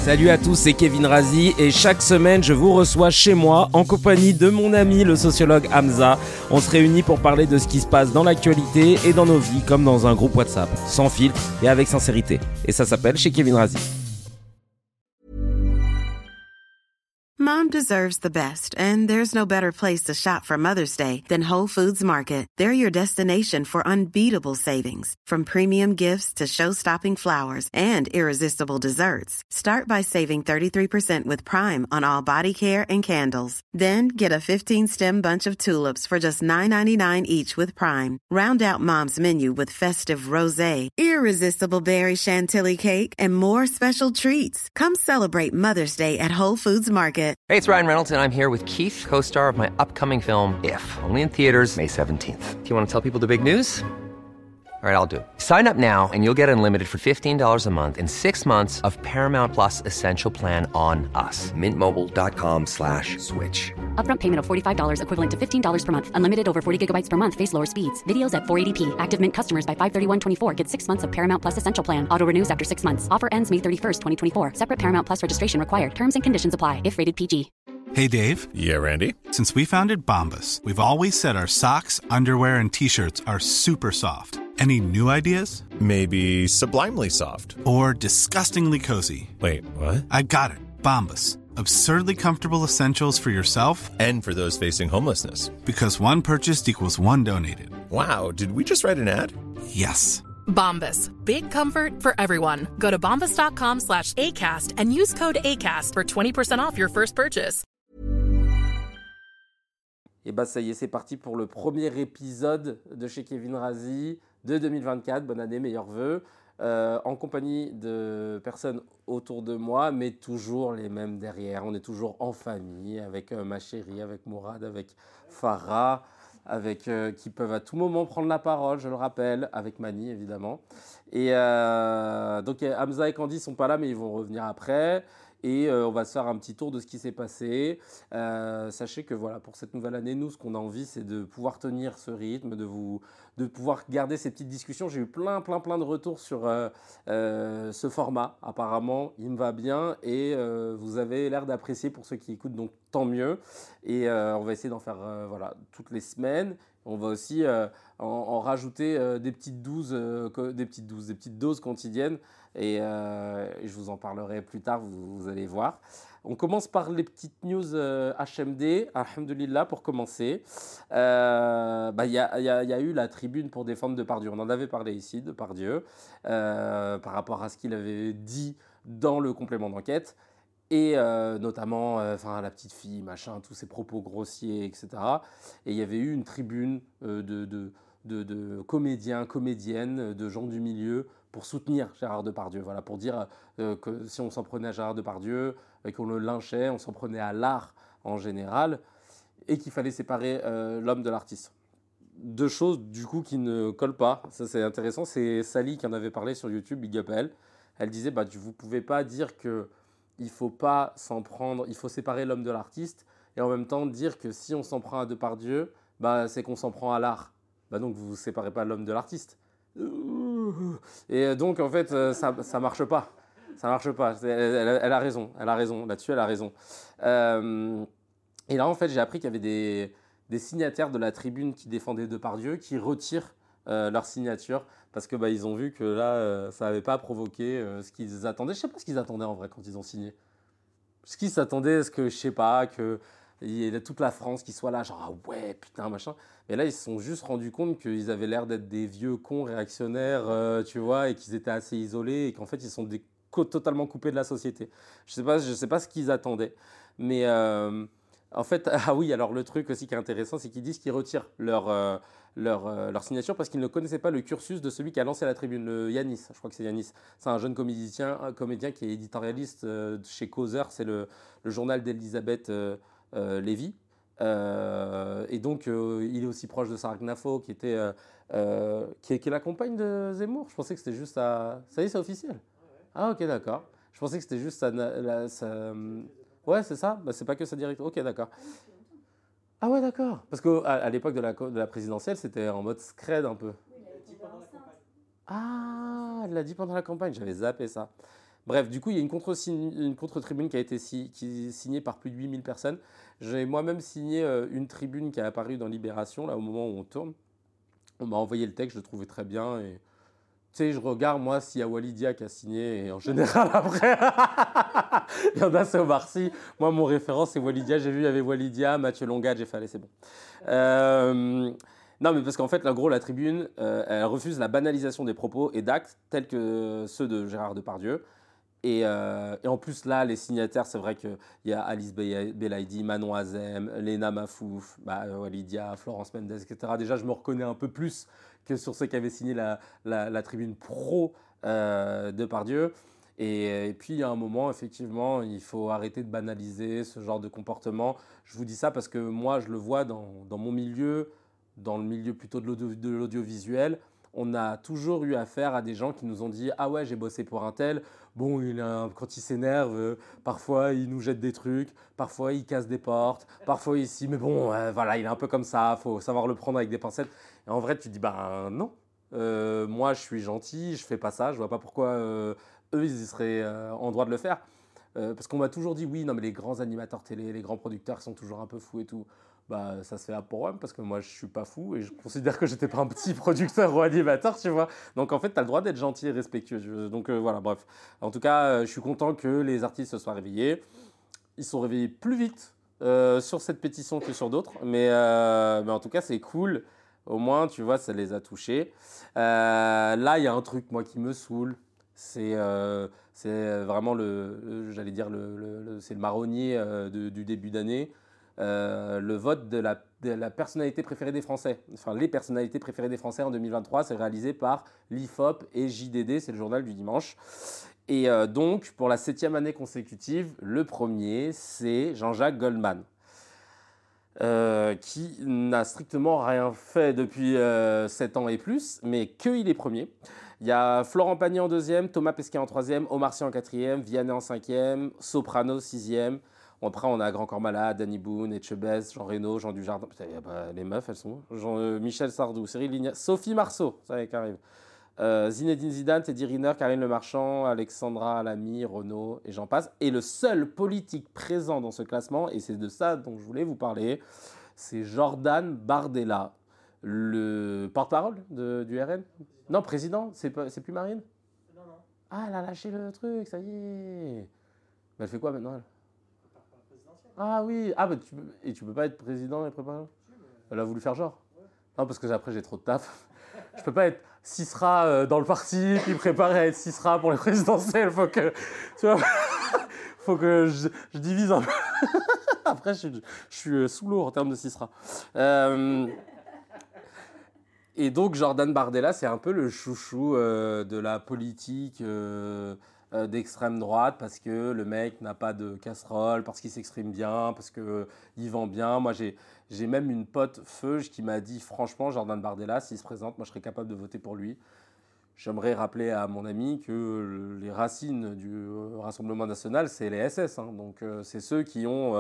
Salut à tous, c'est Kevin Razi et chaque semaine je vous reçois chez moi en compagnie de mon ami le sociologue Hamza. On se réunit pour parler de ce qui se passe dans l'actualité et dans nos vies comme dans un groupe WhatsApp, sans filtre et avec sincérité. Et ça s'appelle Chez Kevin Razi. Mom deserves the best, and there's no better place to shop for Mother's Day than Whole Foods Market. They're your destination for unbeatable savings, from premium gifts to show-stopping flowers and irresistible desserts. Start by saving 33% with Prime on all body care and candles. Then get a 15-stem bunch of tulips for just $9.99 each with Prime. Round out Mom's menu with festive rosé, irresistible berry chantilly cake, and more special treats. Come celebrate Mother's Day at Whole Foods Market. Hey, it's Ryan Reynolds, and I'm here with Keith, co-star of my upcoming film, If, only in theaters May 17th. Do you want to tell people the big news? All right, I'll do it. Sign up now and you'll get unlimited for $15 a month and 6 months of Paramount Plus Essential Plan on us. MintMobile.com/switch. Upfront payment of $45 equivalent to $15 per month. Unlimited over 40 gigabytes per month. Face lower speeds. Videos at 480p. Active Mint customers by 531.24 get 6 months of Paramount Plus Essential Plan. Auto renews after 6 months. Offer ends May 31st, 2024. Separate Paramount Plus registration required. Terms and conditions apply if rated PG. Hey, Dave. Yeah, Randy. Since we founded Bombas, we've always said our socks, underwear, and T-shirts are super soft. Any new ideas? Maybe sublimely soft. Or disgustingly cozy. Wait, what? I got it. Bombas. Absurdly comfortable essentials for yourself And for those facing homelessness. because one purchased equals one donated. Wow, did we just write an ad? Yes. Bombas. Big comfort for everyone. Go to bombas.com/ACAST and use code ACAST for 20% off your first purchase. Et bah ça y est, c'est parti pour le premier épisode de Chez Kevin Razi de 2024. Bonne année, meilleurs vœux. En compagnie de personnes autour de moi, mais toujours les mêmes derrière. On est toujours en famille, avec ma chérie, avec Mourad, avec Farah, avec, qui peuvent à tout moment prendre la parole, je le rappelle, avec Mani évidemment. Et donc Hamza et Candy ne sont pas là, mais ils vont revenir après. Et on va se faire un petit tour de ce qui s'est passé. Sachez que voilà, pour cette nouvelle année, nous, ce qu'on a envie, c'est de pouvoir tenir ce rythme, de pouvoir garder ces petites discussions. J'ai eu plein de retours sur ce format. Apparemment, il me va bien et vous avez l'air d'apprécier pour ceux qui écoutent, donc tant mieux. Et on va essayer d'en faire voilà, toutes les semaines. On va aussi en rajouter des petites doses quotidiennes. Et je vous en parlerai plus tard, vous allez voir. On commence par les petites news HMD, alhamdoulilah, pour commencer. Il y a eu la tribune pour défendre Depardieu. On en avait parlé ici, Depardieu, par rapport à ce qu'il avait dit dans le complément d'enquête. Et notamment la petite fille, machin, tous ses propos grossiers, etc. Et il y avait eu une tribune de comédiens, comédiennes, de gens du milieu pour soutenir Gérard Depardieu. Voilà, pour dire que si on s'en prenait à Gérard Depardieu, qu'on le lynchait, on s'en prenait à l'art en général, et qu'il fallait séparer l'homme de l'artiste. Deux choses, du coup, qui ne collent pas. Ça, c'est intéressant. C'est Sally qui en avait parlé sur YouTube, big up à elle. Elle disait, vous ne pouvez pas dire que il faut pas s'en prendre, il faut séparer l'homme de l'artiste, et en même temps dire que si on s'en prend à Depardieu, c'est qu'on s'en prend à l'art. Donc vous ne séparez pas l'homme de l'artiste. Et donc en fait ça marche pas. Ça marche pas. Elle a raison. Là-dessus elle a raison. Et là en fait j'ai appris qu'il y avait des signataires de la tribune qui défendaient Depardieu qui retirent leur signature parce que ils ont vu que là ça n'avait pas provoqué ce qu'ils attendaient. Je sais pas ce qu'ils attendaient en vrai quand ils ont signé. Ce qu'ils s'attendaient, est-ce que je sais pas que il y a toute la France qui soit là, genre ah ouais, putain, machin. Mais là, ils se sont juste rendus compte qu'ils avaient l'air d'être des vieux cons réactionnaires, tu vois, et qu'ils étaient assez isolés et qu'en fait, ils sont totalement coupés de la société. Je sais pas ce qu'ils attendaient. Mais en fait, ah oui, alors le truc aussi qui est intéressant, c'est qu'ils disent qu'ils retirent leur signature parce qu'ils ne connaissaient pas le cursus de celui qui a lancé la tribune, le Yanis. Je crois que c'est Yanis. C'est un jeune comédien qui est éditorialiste chez Causeur. C'est le journal d'Elisabeth Lévy. Et donc, il est aussi proche de Sarah Knafo, qui est la compagne de Zemmour. Je pensais que c'était juste à... Ça y est, c'est officiel. Ah, ok, d'accord. Je pensais que c'était juste sa... Ouais, c'est ça. C'est pas que sa directrice. Ok, d'accord. Ah ouais, d'accord. Parce qu'à l'époque de la présidentielle, c'était en mode scred un peu. Ah, elle l'a dit pendant la campagne. J'avais zappé ça. Bref, du coup, il y a une contre-tribune qui a été signée par plus de 8000 personnes. J'ai moi-même signé une tribune qui est apparue dans Libération, là, au moment où on tourne. On m'a envoyé le texte, je le trouvais très bien. Et tu sais, je regarde, moi, s'il y a Walidia qui a signé, et en général, après, il y en a, c'est Omar Sy. Moi, mon référent, c'est Walidia. J'ai vu, il y avait Walidia, Mathieu Longa, j'ai fait, allez, c'est bon. Non, mais parce qu'en fait, en gros, la tribune, elle refuse la banalisation des propos et d'actes tels que ceux de Gérard Depardieu. Et en plus, là, les signataires, c'est vrai qu'il y a Alice Belaïdi, Manon Azem, Léna Mafouf, Walidia, Florence Mendes, etc. Déjà, je me reconnais un peu plus que sur ceux qui avaient signé la tribune pro Depardieu. Et puis, il y a un moment, effectivement, il faut arrêter de banaliser ce genre de comportement. Je vous dis ça parce que moi, je le vois dans mon milieu, dans le milieu plutôt de l'audiovisuel. On a toujours eu affaire à des gens qui nous ont dit « Ah ouais, j'ai bossé pour un tel. Bon, quand il s'énerve, parfois il nous jette des trucs, parfois il casse des portes, parfois ici. Mais bon, voilà, il est un peu comme ça, il faut savoir le prendre avec des pincettes. » Et en vrai, tu te dis « Ben non, moi je suis gentil, je fais pas ça, je vois pas pourquoi eux, ils seraient en droit de le faire. » Parce qu'on m'a toujours dit « Oui, non mais les grands animateurs télé, les grands producteurs sont toujours un peu fous et tout. » Bah, ça se fait à pour eux, parce que moi, je suis pas fou et je considère que j'étais pas un petit producteur ou animateur, tu vois. Donc, en fait, tu as le droit d'être gentil et respectueux. Donc, voilà, bref. En tout cas, je suis content que les artistes se soient réveillés. Ils se sont réveillés plus vite sur cette pétition que sur d'autres. Mais en tout cas, c'est cool. Au moins, tu vois, ça les a touchés. Là, il y a un truc, moi, qui me saoule. C'est vraiment j'allais dire, c'est le marronnier du début d'année. Le vote de la personnalité préférée des Français, enfin les personnalités préférées des Français en 2023, c'est réalisé par l'IFOP et JDD, c'est le journal du dimanche. Et donc, pour la 7e année consécutive, le premier, c'est Jean-Jacques Goldman, qui n'a strictement rien fait depuis 7 ans et plus, mais qu'il est premier. Il y a Florent Pagny en 2e, Thomas Pesquet en 3e, Omar Sy en 4e, Vianney en 5e, Soprano 6e. Après, on a Grand Corps Malade, Danny Boone, Etchebest, Jean Reno, Jean Dujardin. Putain, les meufs, elles sont où Michel Sardou, Cyril Lignac, Sophie Marceau, ça y est, qui arrive. Zinedine Zidane, Teddy Riner, Karine Le Marchand, Alexandra Lamy, Renaud, et j'en passe. Et le seul politique présent dans ce classement, et c'est de ça dont je voulais vous parler, c'est Jordan Bardella, le porte-parole du RN. Non, président, c'est plus Marine. Non. Ah, elle a lâché le truc, ça y est. Mais elle fait quoi maintenant, elle? Ah oui, tu peux pas être président et préparer. Elle a voulu faire genre. Non, parce que après j'ai trop de taf. Je peux pas être Cicera dans le parti, puis préparer à être Cicera pour les présidentielles. Faut que je divise un peu. Après, je suis sous l'eau en termes de Cicera. Et donc Jordan Bardella, c'est un peu le chouchou de la politique d'extrême droite, parce que le mec n'a pas de casserole, parce qu'il s'exprime bien, parce qu'il vend bien. Moi, j'ai même une pote Feuge qui m'a dit, franchement, Jordan Bardella, s'il se présente, moi, je serais capable de voter pour lui. J'aimerais rappeler à mon ami que les racines du Rassemblement national, c'est les SS. Hein. Donc, c'est ceux qui ont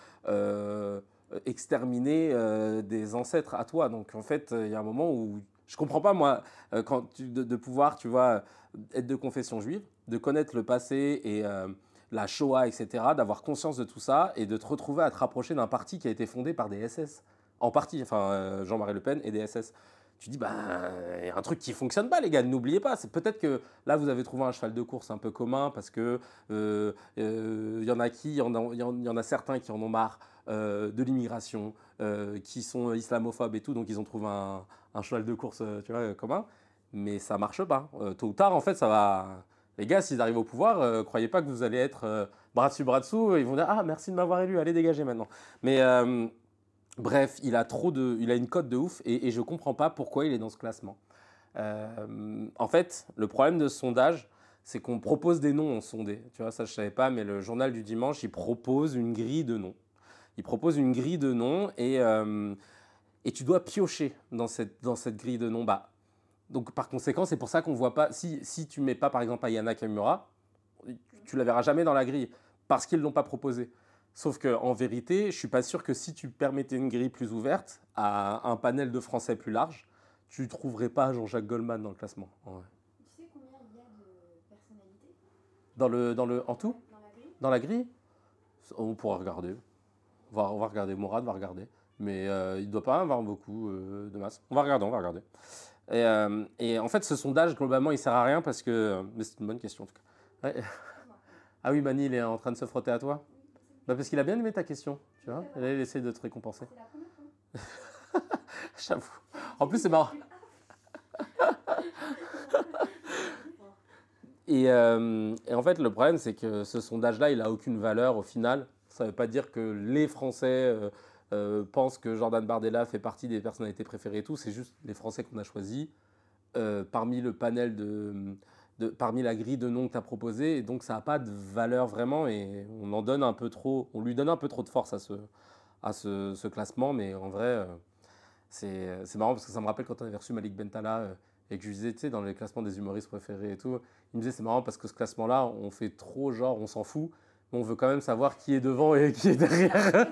exterminé des ancêtres à toi. Donc, en fait, il y a un moment où je comprends pas, moi, de pouvoir, tu vois, être de confession juive, de connaître le passé et la Shoah, etc., d'avoir conscience de tout ça et de te retrouver à te rapprocher d'un parti qui a été fondé par des SS. En partie, enfin, Jean-Marie Le Pen et des SS. Tu dis, il y a un truc qui ne fonctionne pas, les gars, n'oubliez pas. C'est peut-être que là, vous avez trouvé un cheval de course un peu commun parce que y en a certains qui en ont marre de l'immigration, qui sont islamophobes et tout, donc ils ont trouvé un cheval de course tu vois, commun. Mais ça ne marche pas. Tôt ou tard, en fait, ça va. Les gars, s'ils arrivent au pouvoir, croyez pas que vous allez être bras dessous. Ils vont dire, ah, merci de m'avoir élu, allez dégager maintenant. Mais bref, il a une cote de ouf et je ne comprends pas pourquoi il est dans ce classement. En fait, le problème de ce sondage, c'est qu'on propose des noms en sondé. Tu vois, ça, je ne savais pas, mais le journal du dimanche, il propose une grille de noms. Il propose une grille de noms et tu dois piocher dans cette grille de noms. Donc, par conséquent, c'est pour ça qu'on ne voit pas. Si tu ne mets pas, par exemple, Ayana Kamura, tu ne la verras jamais dans la grille parce qu'ils ne l'ont pas proposé. Sauf qu'en vérité, je ne suis pas sûr que si tu permettais une grille plus ouverte à un panel de Français plus large, tu ne trouverais pas Jean-Jacques Goldman dans le classement. Ouais. Tu sais combien il y a de personnalités ? En tout ? Dans la grille ? On pourra regarder. On va regarder. Mourad va regarder. Mais il ne doit pas avoir beaucoup de masse. On va regarder. Et en fait, ce sondage, globalement, il ne sert à rien parce que... Mais c'est une bonne question, en tout cas. Ouais. Ah oui, Mani, il est en train de se frotter à toi ? Parce qu'il a bien aimé ta question, tu vois. Et là, il essaie de te récompenser. C'est la première fois. J'avoue. En plus, c'est marrant. Et en fait, le problème, c'est que ce sondage-là, il n'a aucune valeur au final. Ça ne veut pas dire que les Français pensent que Jordan Bardella fait partie des personnalités préférées et tout. C'est juste les Français qu'on a choisis parmi le panel parmi la grille de noms que tu as proposé. Et donc, ça n'a pas de valeur vraiment. Et on lui donne un peu trop de force à ce classement. Mais en vrai, c'est marrant parce que ça me rappelle quand on avait reçu Malik Bentala et que je lui disais, tu sais, dans les classements des humoristes préférés et tout, il me disait, c'est marrant parce que ce classement-là, on fait trop genre, on s'en fout, mais on veut quand même savoir qui est devant et qui est derrière.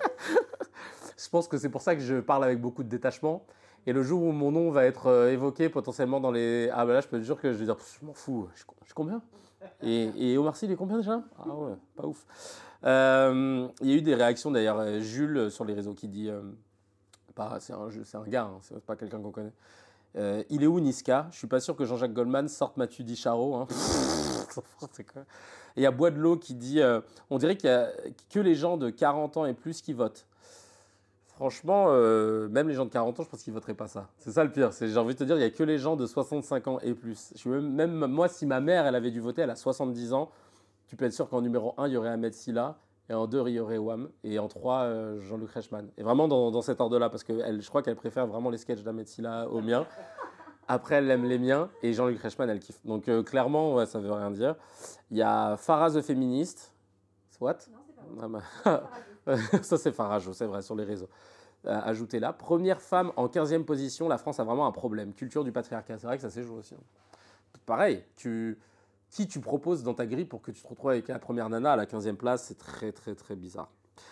Je pense que c'est pour ça que je parle avec beaucoup de détachement. Et le jour où mon nom va être évoqué potentiellement dans les... Ah ben là, je peux te dire que je vais dire, je m'en fous, je suis combien ? Et Omar Sy, il est combien déjà ? Ah ouais, pas ouf. Il y a eu des réactions d'ailleurs. Jules, sur les réseaux, qui dit... c'est un gars, hein, c'est pas quelqu'un qu'on connaît. Il est où Niska ? Je suis pas sûr que Jean-Jacques Goldman sorte Mathieu Dicharo. Hein. C'est quoi ? Et il y a Bois de l'eau qui dit on dirait qu'il y a que les gens de 40 ans et plus qui votent. Franchement, même les gens de 40 ans, je pense qu'ils ne voteraient pas ça. C'est ça le pire. J'ai envie de te dire, il n'y a que les gens de 65 ans et plus. Même moi, si ma mère elle avait dû voter, elle a 70 ans, tu peux être sûr qu'en numéro 1, il y aurait Ahmed Silla, et en 2, il y aurait Wham, et en 3, Jean-Luc Reichmann. Et vraiment dans cet ordre-là, parce que je crois qu'elle préfère vraiment les sketchs d'Ahmed Silla aux miens. Après, elle aime les miens, et Jean-Luc Reichmann, elle kiffe. Donc clairement, ouais, ça ne veut rien dire. Il y a Farah the Féministe. What ? Non, c'est pas ça, c'est Farajo, c'est vrai, sur les réseaux. Ajoutez là. Première femme en 15e position, la France a vraiment un problème. Culture du patriarcat, c'est vrai que ça s'est joué aussi. Pareil, qui tu proposes dans ta grille pour que tu te retrouves avec la première nana à la 15e place, c'est très, très, très bizarre.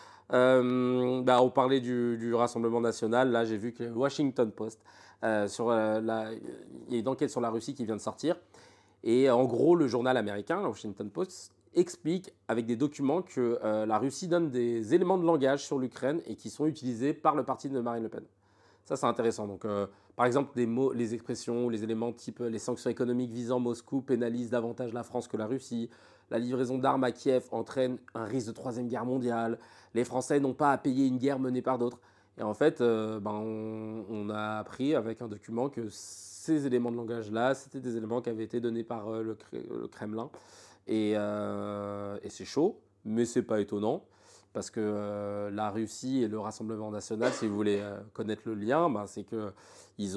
On parlait du Rassemblement national. Là, j'ai vu que Washington Post, il y a une enquête sur la Russie qui vient de sortir. Et en gros, le journal américain, Washington Post, explique avec des documents que la Russie donne des éléments de langage sur l'Ukraine et qui sont utilisés par le parti de Marine Le Pen. Ça, c'est intéressant. Donc, par exemple, des mots, les expressions, les éléments type les sanctions économiques visant Moscou pénalisent davantage la France que la Russie. La livraison d'armes à Kiev entraîne un risque de troisième guerre mondiale. Les Français n'ont pas à payer une guerre menée par d'autres. Et en fait, on a appris avec un document que ces éléments de langage-là, c'était des éléments qui avaient été donnés par le Kremlin. Et c'est chaud, mais c'est pas étonnant, parce que la Russie et le Rassemblement national, si vous voulez connaître le lien, c'est qu'ils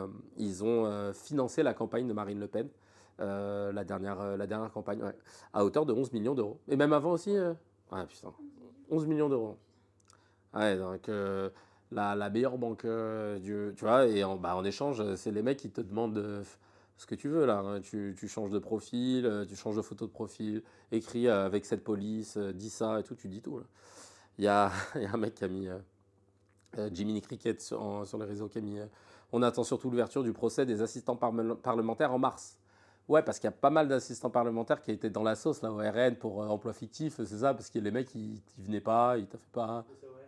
ont financé la campagne de Marine Le Pen, la dernière campagne, ouais, à hauteur de 11 millions d'euros. Et même avant aussi, 11 millions d'euros. Ouais, donc la meilleure banque, tu vois, et en échange, c'est les mecs qui te demandent... ce que tu veux là, hein. Tu changes de profil, tu changes de photo de profil, écris avec cette police, dis ça et tout, tu dis tout. Là. Il y a un mec qui a mis, Jiminy Cricket sur les réseaux, qui a mis on attend surtout l'ouverture du procès des assistants parlementaires en mars. Ouais, parce qu'il y a pas mal d'assistants parlementaires qui étaient dans la sauce là, au RN pour emploi fictif, c'est ça, parce que les mecs ils venaient pas, ils taffaient pas.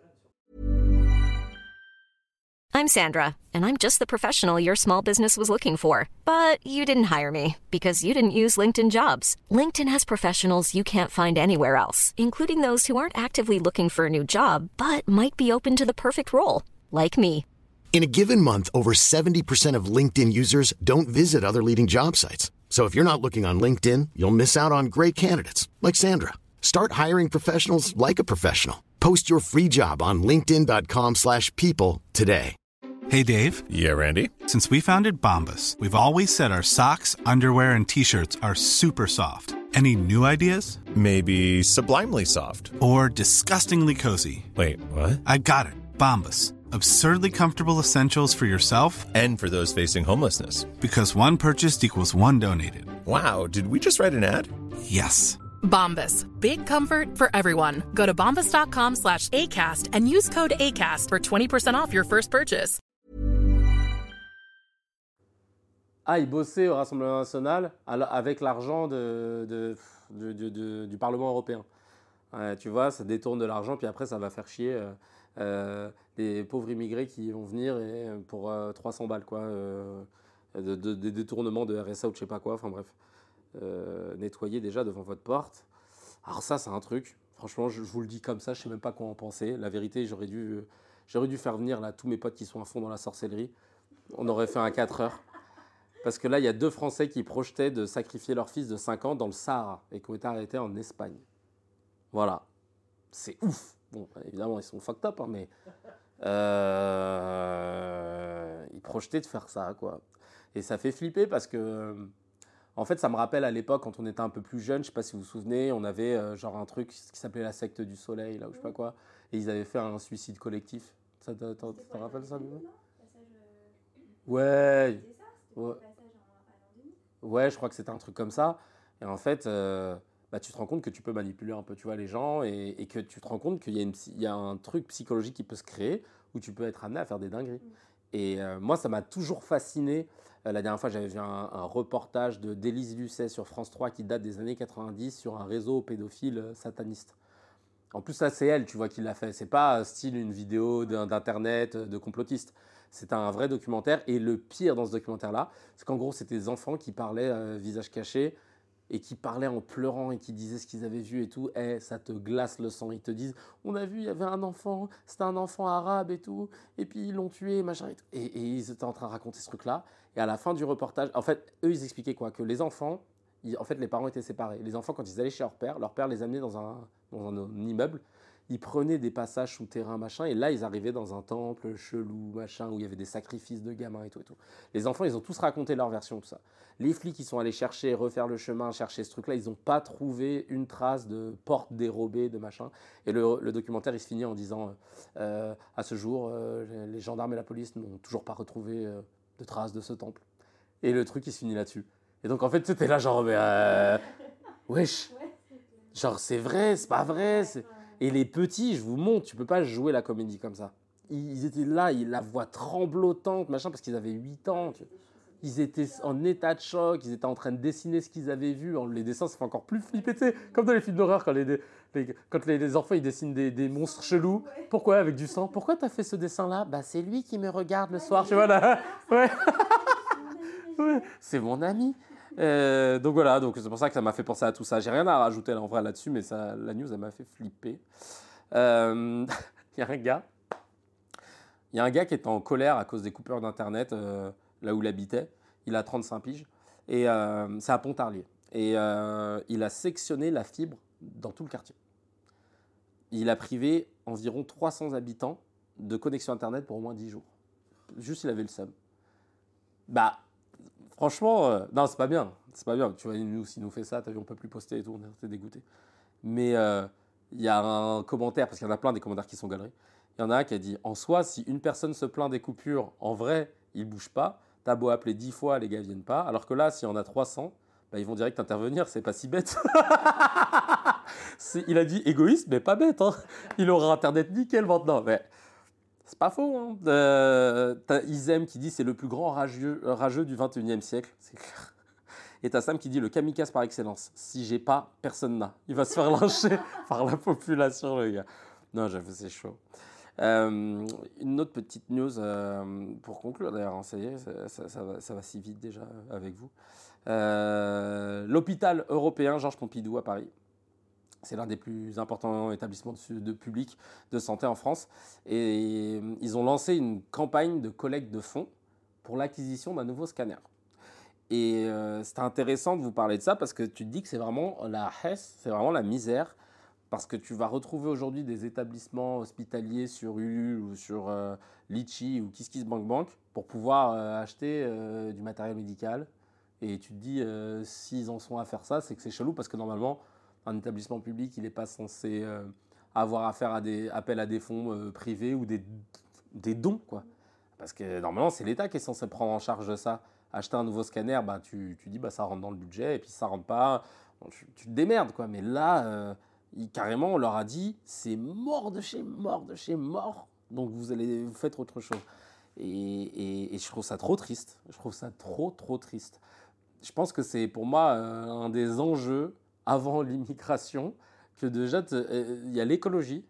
I'm Sandra, and I'm just the professional your small business was looking for. But you didn't hire me because you didn't use LinkedIn Jobs. LinkedIn has professionals you can't find anywhere else, including those who aren't actively looking for a new job, but might be open to the perfect role, like me. In a given month, over 70% of LinkedIn users don't visit other leading job sites. So if you're not looking on LinkedIn, you'll miss out on great candidates, like Sandra. Start hiring professionals like a professional. Post your free job on linkedin.com/people today. Hey, Dave. Yeah, Randy. Since we founded Bombas, we've always said our socks, underwear, and T-shirts are super soft. Any new ideas? Maybe sublimely soft. Or disgustingly cozy. Wait, what? I got it. Bombas. Absurdly comfortable essentials for yourself And for those facing homelessness. because one purchased equals one donated. Wow, did we just write an ad? Yes. Bombas. Big comfort for everyone. Go to bombas.com/ACAST and use code ACAST for 20% off your first purchase. Ah, il bossait au Rassemblement national avec l'argent du Parlement européen. Ouais, tu vois, ça détourne de l'argent, puis après, ça va faire chier les pauvres immigrés qui vont venir pour 300 balles, quoi. Des détournements de RSA ou de je sais pas quoi, enfin bref. Nettoyer déjà devant votre porte. Alors ça, c'est un truc. Franchement, je vous le dis comme ça, je sais même pas quoi en penser. La vérité, j'aurais dû faire venir là tous mes potes qui sont à fond dans la sorcellerie. On aurait fait un 4 heures. Parce que là, il y a 2 Français qui projetaient de sacrifier leur fils de 5 ans dans le Sahara et qui ont été arrêtés en Espagne. Voilà. C'est ouf. Bon, évidemment, ils sont fucked up, hein, mais ils projetaient de faire ça, quoi. Et ça fait flipper parce que, en fait, ça me rappelle à l'époque, quand on était un peu plus jeune, je sais pas si vous vous souvenez, on avait genre un truc qui s'appelait la secte du soleil, là, ou je sais pas quoi, et ils avaient fait un suicide collectif. Ça te rappelle ça, Mimo ? Ouais. Ouais, je crois que c'était un truc comme ça. Et en fait, tu te rends compte que tu peux manipuler un peu, tu vois, les gens et que tu te rends compte qu'il y a un truc psychologique qui peut se créer où tu peux être amené à faire des dingueries. Et moi, ça m'a toujours fasciné. La dernière fois, j'avais vu un reportage d'Élise Lucet sur France 3 qui date des années 90 sur un réseau pédophile sataniste. En plus, ça, c'est elle, tu vois, qui l'a fait. C'est pas style une vidéo d'internet de complotiste. C'est un vrai documentaire. Et le pire dans ce documentaire-là, c'est qu'en gros, c'était des enfants qui parlaient visage caché et qui parlaient en pleurant et qui disaient ce qu'ils avaient vu et tout. Et ça te glace le sang. Ils te disent, on a vu, il y avait un enfant, c'était un enfant arabe et tout. Et puis, ils l'ont tué, machin et tout. Et ils étaient en train de raconter ce truc-là. Et à la fin du reportage, en fait, eux, ils expliquaient quoi ? Que les enfants, en fait, les parents étaient séparés. Les enfants, quand ils allaient chez leur père les amenait dans un immeuble. Ils prenaient des passages souterrains, machin, et là, ils arrivaient dans un temple chelou, machin, où il y avait des sacrifices de gamins et tout et tout. Les enfants, ils ont tous raconté leur version, tout ça. Les flics, ils sont allés refaire le chemin, chercher ce truc-là, ils n'ont pas trouvé une trace de porte dérobée, de machin. Et le documentaire, il se finit en disant, à ce jour, les gendarmes et la police n'ont toujours pas retrouvé de traces de ce temple. Et le truc, il se finit là-dessus. Et donc, en fait, c'était là, genre, mais wesh, genre, c'est vrai, c'est pas vrai. Et les petits, je vous montre, tu peux pas jouer la comédie comme ça. Ils étaient là, la voix tremblotante, machin, parce qu'ils avaient 8 ans. Ils étaient en état de choc, ils étaient en train de dessiner ce qu'ils avaient vu. Les dessins, ça fait encore plus flipper, tu sais, comme dans les films d'horreur, quand les enfants, ils dessinent des monstres chelous. Pourquoi, avec du sang ? Pourquoi t'as fait ce dessin-là ? Bah, c'est lui qui me regarde le soir, tu vois, là. Ouais. Ouais. C'est mon ami. Donc voilà, donc c'est pour ça que ça m'a fait penser à tout ça. J'ai rien à rajouter là, en vrai là-dessus, mais la news, elle m'a fait flipper. Il y a un gars qui est en colère à cause des coupures d'internet là où il habitait. Il a 35 piges et c'est à Pontarlier. Et il a sectionné la fibre dans tout le quartier. Il a privé environ 300 habitants de connexion internet pour au moins 10 jours. Juste, il avait le seum. Bah, franchement, non, c'est pas bien. C'est pas bien. Tu vois, nous, s'il nous fait ça, t'as vu, on peut plus poster et tout, on était dégoûtés. Mais il y a un commentaire, parce qu'il y en a plein des commentaires qui sont galeries. Il y en a un qui a dit, en soi, si une personne se plaint des coupures, en vrai, il bouge pas. T'as beau appeler 10 fois, les gars viennent pas. Alors que là, s'il y en a 300, bah, ils vont direct intervenir, c'est pas si bête. Il a dit égoïste, mais pas bête. Hein. Il aura Internet nickel maintenant. Mais c'est pas faux. Hein. T'as Izem qui dit c'est le plus grand rageux du 21e siècle. C'est clair. Et t'as Sam qui dit le kamikaze par excellence. Si j'ai pas, personne n'a. Il va se faire lyncher par la population, le gars. Non, j'avoue, c'est chaud. Une autre petite news pour conclure d'ailleurs, hein, ça y est, ça va si vite déjà avec vous. L'hôpital européen Georges Pompidou à Paris. C'est l'un des plus importants établissements de public de santé en France. Et ils ont lancé une campagne de collecte de fonds pour l'acquisition d'un nouveau scanner. Et c'est intéressant de vous parler de ça parce que tu te dis que c'est vraiment la hesse, c'est vraiment la misère. Parce que tu vas retrouver aujourd'hui des établissements hospitaliers sur Ulule ou sur Litchi ou KissKissBankBank pour pouvoir acheter du matériel médical. Et tu te dis, s'ils en sont à faire ça, c'est que c'est chelou parce que normalement, un établissement public, il n'est pas censé avoir affaire à des appels à des fonds privés ou des dons, quoi. Parce que normalement, c'est l'État qui est censé prendre en charge de ça. Acheter un nouveau scanner, bah, tu dis, bah, ça rentre dans le budget, et puis si ça rentre pas, bon, tu te démerdes, quoi. Mais là, carrément, on leur a dit, c'est mort de chez mort. Donc vous faites autre chose. Et je trouve ça trop triste. Je trouve ça trop triste. Je pense que c'est pour moi un des enjeux avant l'immigration, que déjà, il y a l'écologie,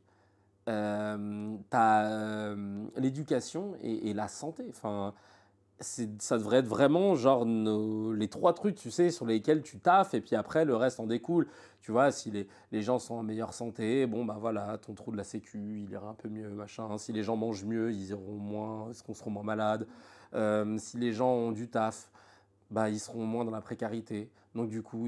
t'as l'éducation et la santé. Enfin, ça devrait être vraiment genre les 3 trucs, tu sais, sur lesquels tu taffes et puis après le reste en découle. Tu vois, si les gens sont en meilleure santé, bon bah voilà, ton trou de la sécu, il ira un peu mieux, machin. Si les gens mangent mieux, ils iront moins, ils seront moins malades. Si les gens ont du taf, bah ils seront moins dans la précarité. Donc du coup,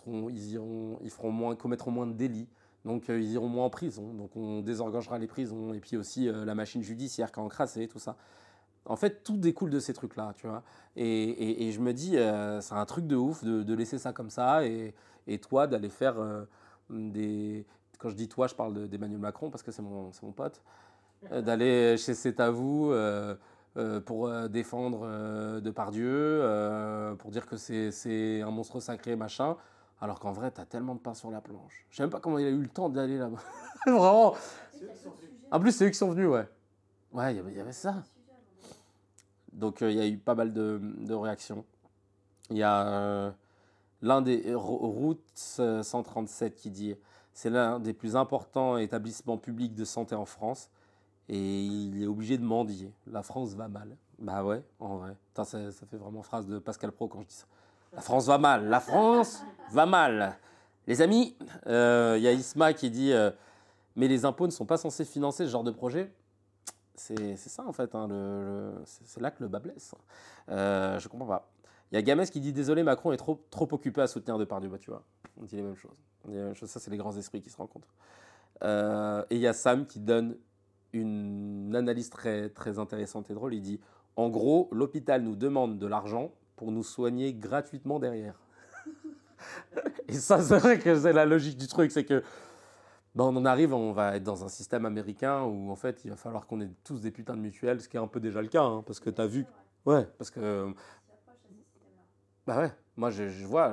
commettront moins de délits. Donc ils iront moins en prison. Donc on désengorgera les prisons et puis aussi la machine judiciaire qui a encrassé tout ça. En fait, tout découle de ces trucs-là, tu vois. Et je me dis, c'est un truc de ouf de laisser ça comme ça et toi d'aller faire des... Quand je dis toi, je parle d'Emmanuel Macron parce que c'est mon pote. D'aller chez C'est à vous pour défendre Depardieu, pour dire que c'est un monstre sacré, machin. Alors qu'en vrai, t'as tellement de pain sur la planche. Je sais même pas comment il a eu le temps d'aller là-bas. Vraiment. En plus, c'est eux qui sont venus, ouais. Ouais, il y avait ça. Donc il y a eu pas mal de réactions. Il y a l'un des Route 137 qui dit « C'est l'un des plus importants établissements publics de santé en France et il est obligé de mendier. La France va mal. » Bah ouais, en vrai. Putain, ça fait vraiment phrase de Pascal Praud quand je dis ça. La France va mal. La France va mal. Les amis, il y a Isma qui dit « Mais les impôts ne sont pas censés financer ce genre de projet ?» C'est ça en fait, hein, c'est là que le bas blesse. Je comprends pas. Il y a Gamès qui dit « Désolé, Macron est trop occupé à soutenir Depardieu. » Bah tu vois, on dit les mêmes choses. Ça, c'est les grands esprits qui se rencontrent. Et il y a Sam qui donne une analyse très, très intéressante et drôle. Il dit « En gros, l'hôpital nous demande de l'argent pour nous soigner gratuitement derrière. » Et ça, c'est vrai que c'est la logique du truc, c'est que on en arrive, on va être dans un système américain où en fait il va falloir qu'on ait tous des putains de mutuelles, ce qui est un peu déjà le cas, hein, parce que t'as vu. Ouais, parce que. Bah ouais, moi je vois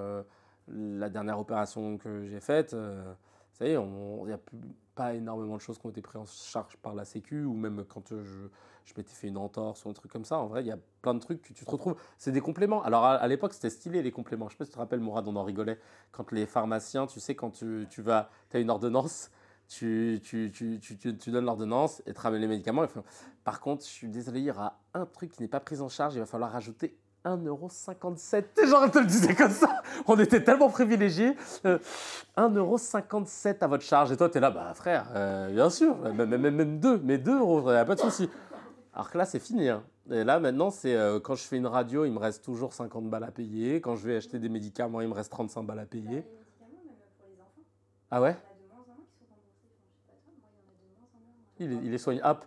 la dernière opération que j'ai faite, ça y est, il n'y a pas énormément de choses qui ont été prises en charge par la Sécu, ou même quand je m'étais fait une entorse ou un truc comme ça. En vrai, il y a plein de trucs que tu te retrouves. C'est des compléments. Alors à l'époque, c'était stylé les compléments. Je sais pas si tu te rappelles, Mourad, on en rigolait. Quand les pharmaciens, tu sais, quand tu as une ordonnance, tu donnes l'ordonnance et tu ramènes les médicaments. Par contre, je suis désolé, il y aura un truc qui n'est pas pris en charge, il va falloir rajouter 1,57 €. Genre, elle te le disait comme ça. On était tellement privilégiés. 1,57 € à votre charge. Et toi, tu es là, bah frère, bien sûr, même 2, mais 2 €, il n'y a pas de souci. Alors que là, c'est fini. Hein. Et là, maintenant, c'est quand je fais une radio, il me reste toujours 50 balles à payer. Quand je vais acheter des médicaments, il me reste 35 balles à payer. Les médicaments, même pour les enfants. Ah ouais? Il y en a de moins en moins qui sont remboursés. Moi, il y en a de moins en moins. Il est soignable.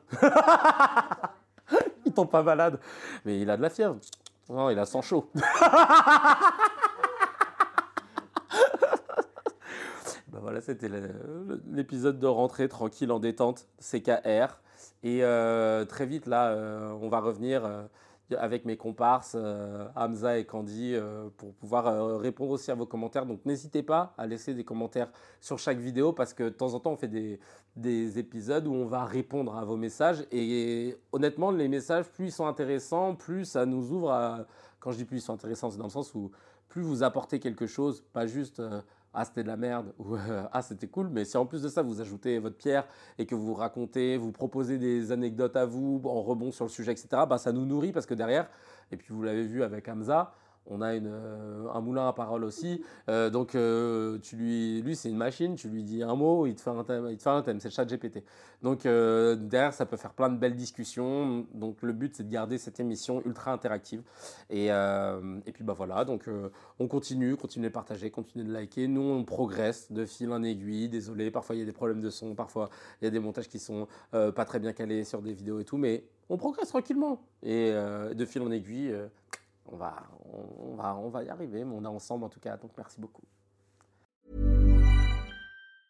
Il tombe pas malade. Mais il a de la fièvre. Non, il a sang chaud. Ben voilà, c'était l'épisode de rentrée tranquille en détente, CKR. Et très vite, là, on va revenir avec mes comparses, Hamza et Candy, pour pouvoir répondre aussi à vos commentaires. Donc n'hésitez pas à laisser des commentaires sur chaque vidéo, parce que de temps en temps, on fait des épisodes où on va répondre à vos messages. Et honnêtement, les messages, plus ils sont intéressants, plus ça nous ouvre à... Quand je dis plus ils sont intéressants, c'est dans le sens où plus vous apportez quelque chose, pas juste ah c'était de la merde ou ah c'était cool, mais si en plus de ça vous ajoutez votre pierre et que vous racontez, vous proposez des anecdotes à vous en rebond sur le sujet, etc., bah, ça nous nourrit, parce que derrière, et puis vous l'avez vu avec Hamza, on a un moulin à parole aussi. Donc, lui, c'est une machine. Tu lui dis un mot, il te fait un thème. C'est le chat GPT. Donc, derrière, ça peut faire plein de belles discussions. Donc, le but, c'est de garder cette émission ultra interactive. Et puis, bah voilà. Donc, on continue de partager, continue de liker. Nous, on progresse de fil en aiguille. Désolé, parfois, il y a des problèmes de son. Parfois, il y a des montages qui sont pas très bien calés sur des vidéos et tout. Mais on progresse tranquillement. Et de fil en aiguille... On va y arriver, mais on est ensemble en tout cas, donc merci beaucoup.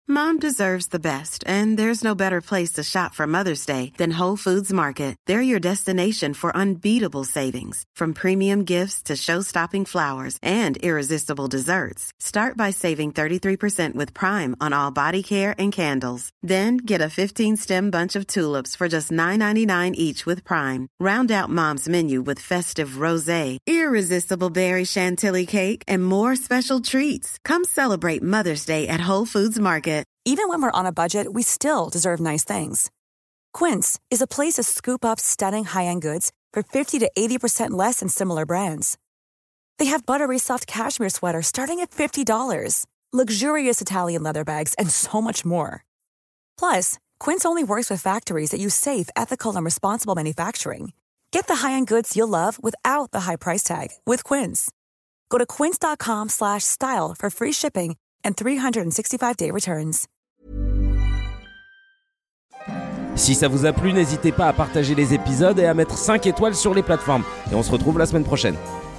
Mom deserves the best, and there's no better place to shop for Mother's Day than Whole Foods Market. They're your destination for unbeatable savings, from premium gifts to show-stopping flowers and irresistible desserts. Start by saving 33% with Prime on all body care and candles. Then get a 15-stem bunch of tulips for just $9.99 each with Prime. Round out Mom's menu with festive rosé, irresistible berry chantilly cake, and more special treats. Come celebrate Mother's Day at Whole Foods Market. Even when we're on a budget, we still deserve nice things. Quince is a place to scoop up stunning high-end goods for 50 to 80% less than similar brands. They have buttery soft cashmere sweaters starting at $50, luxurious Italian leather bags, and so much more. Plus, Quince only works with factories that use safe, ethical, and responsible manufacturing. Get the high-end goods you'll love without the high price tag with Quince. Go to quince.com/style for free shipping and 365-day returns. Si ça vous a plu, n'hésitez pas à partager les épisodes et à mettre 5 étoiles sur les plateformes. Et on se retrouve la semaine prochaine.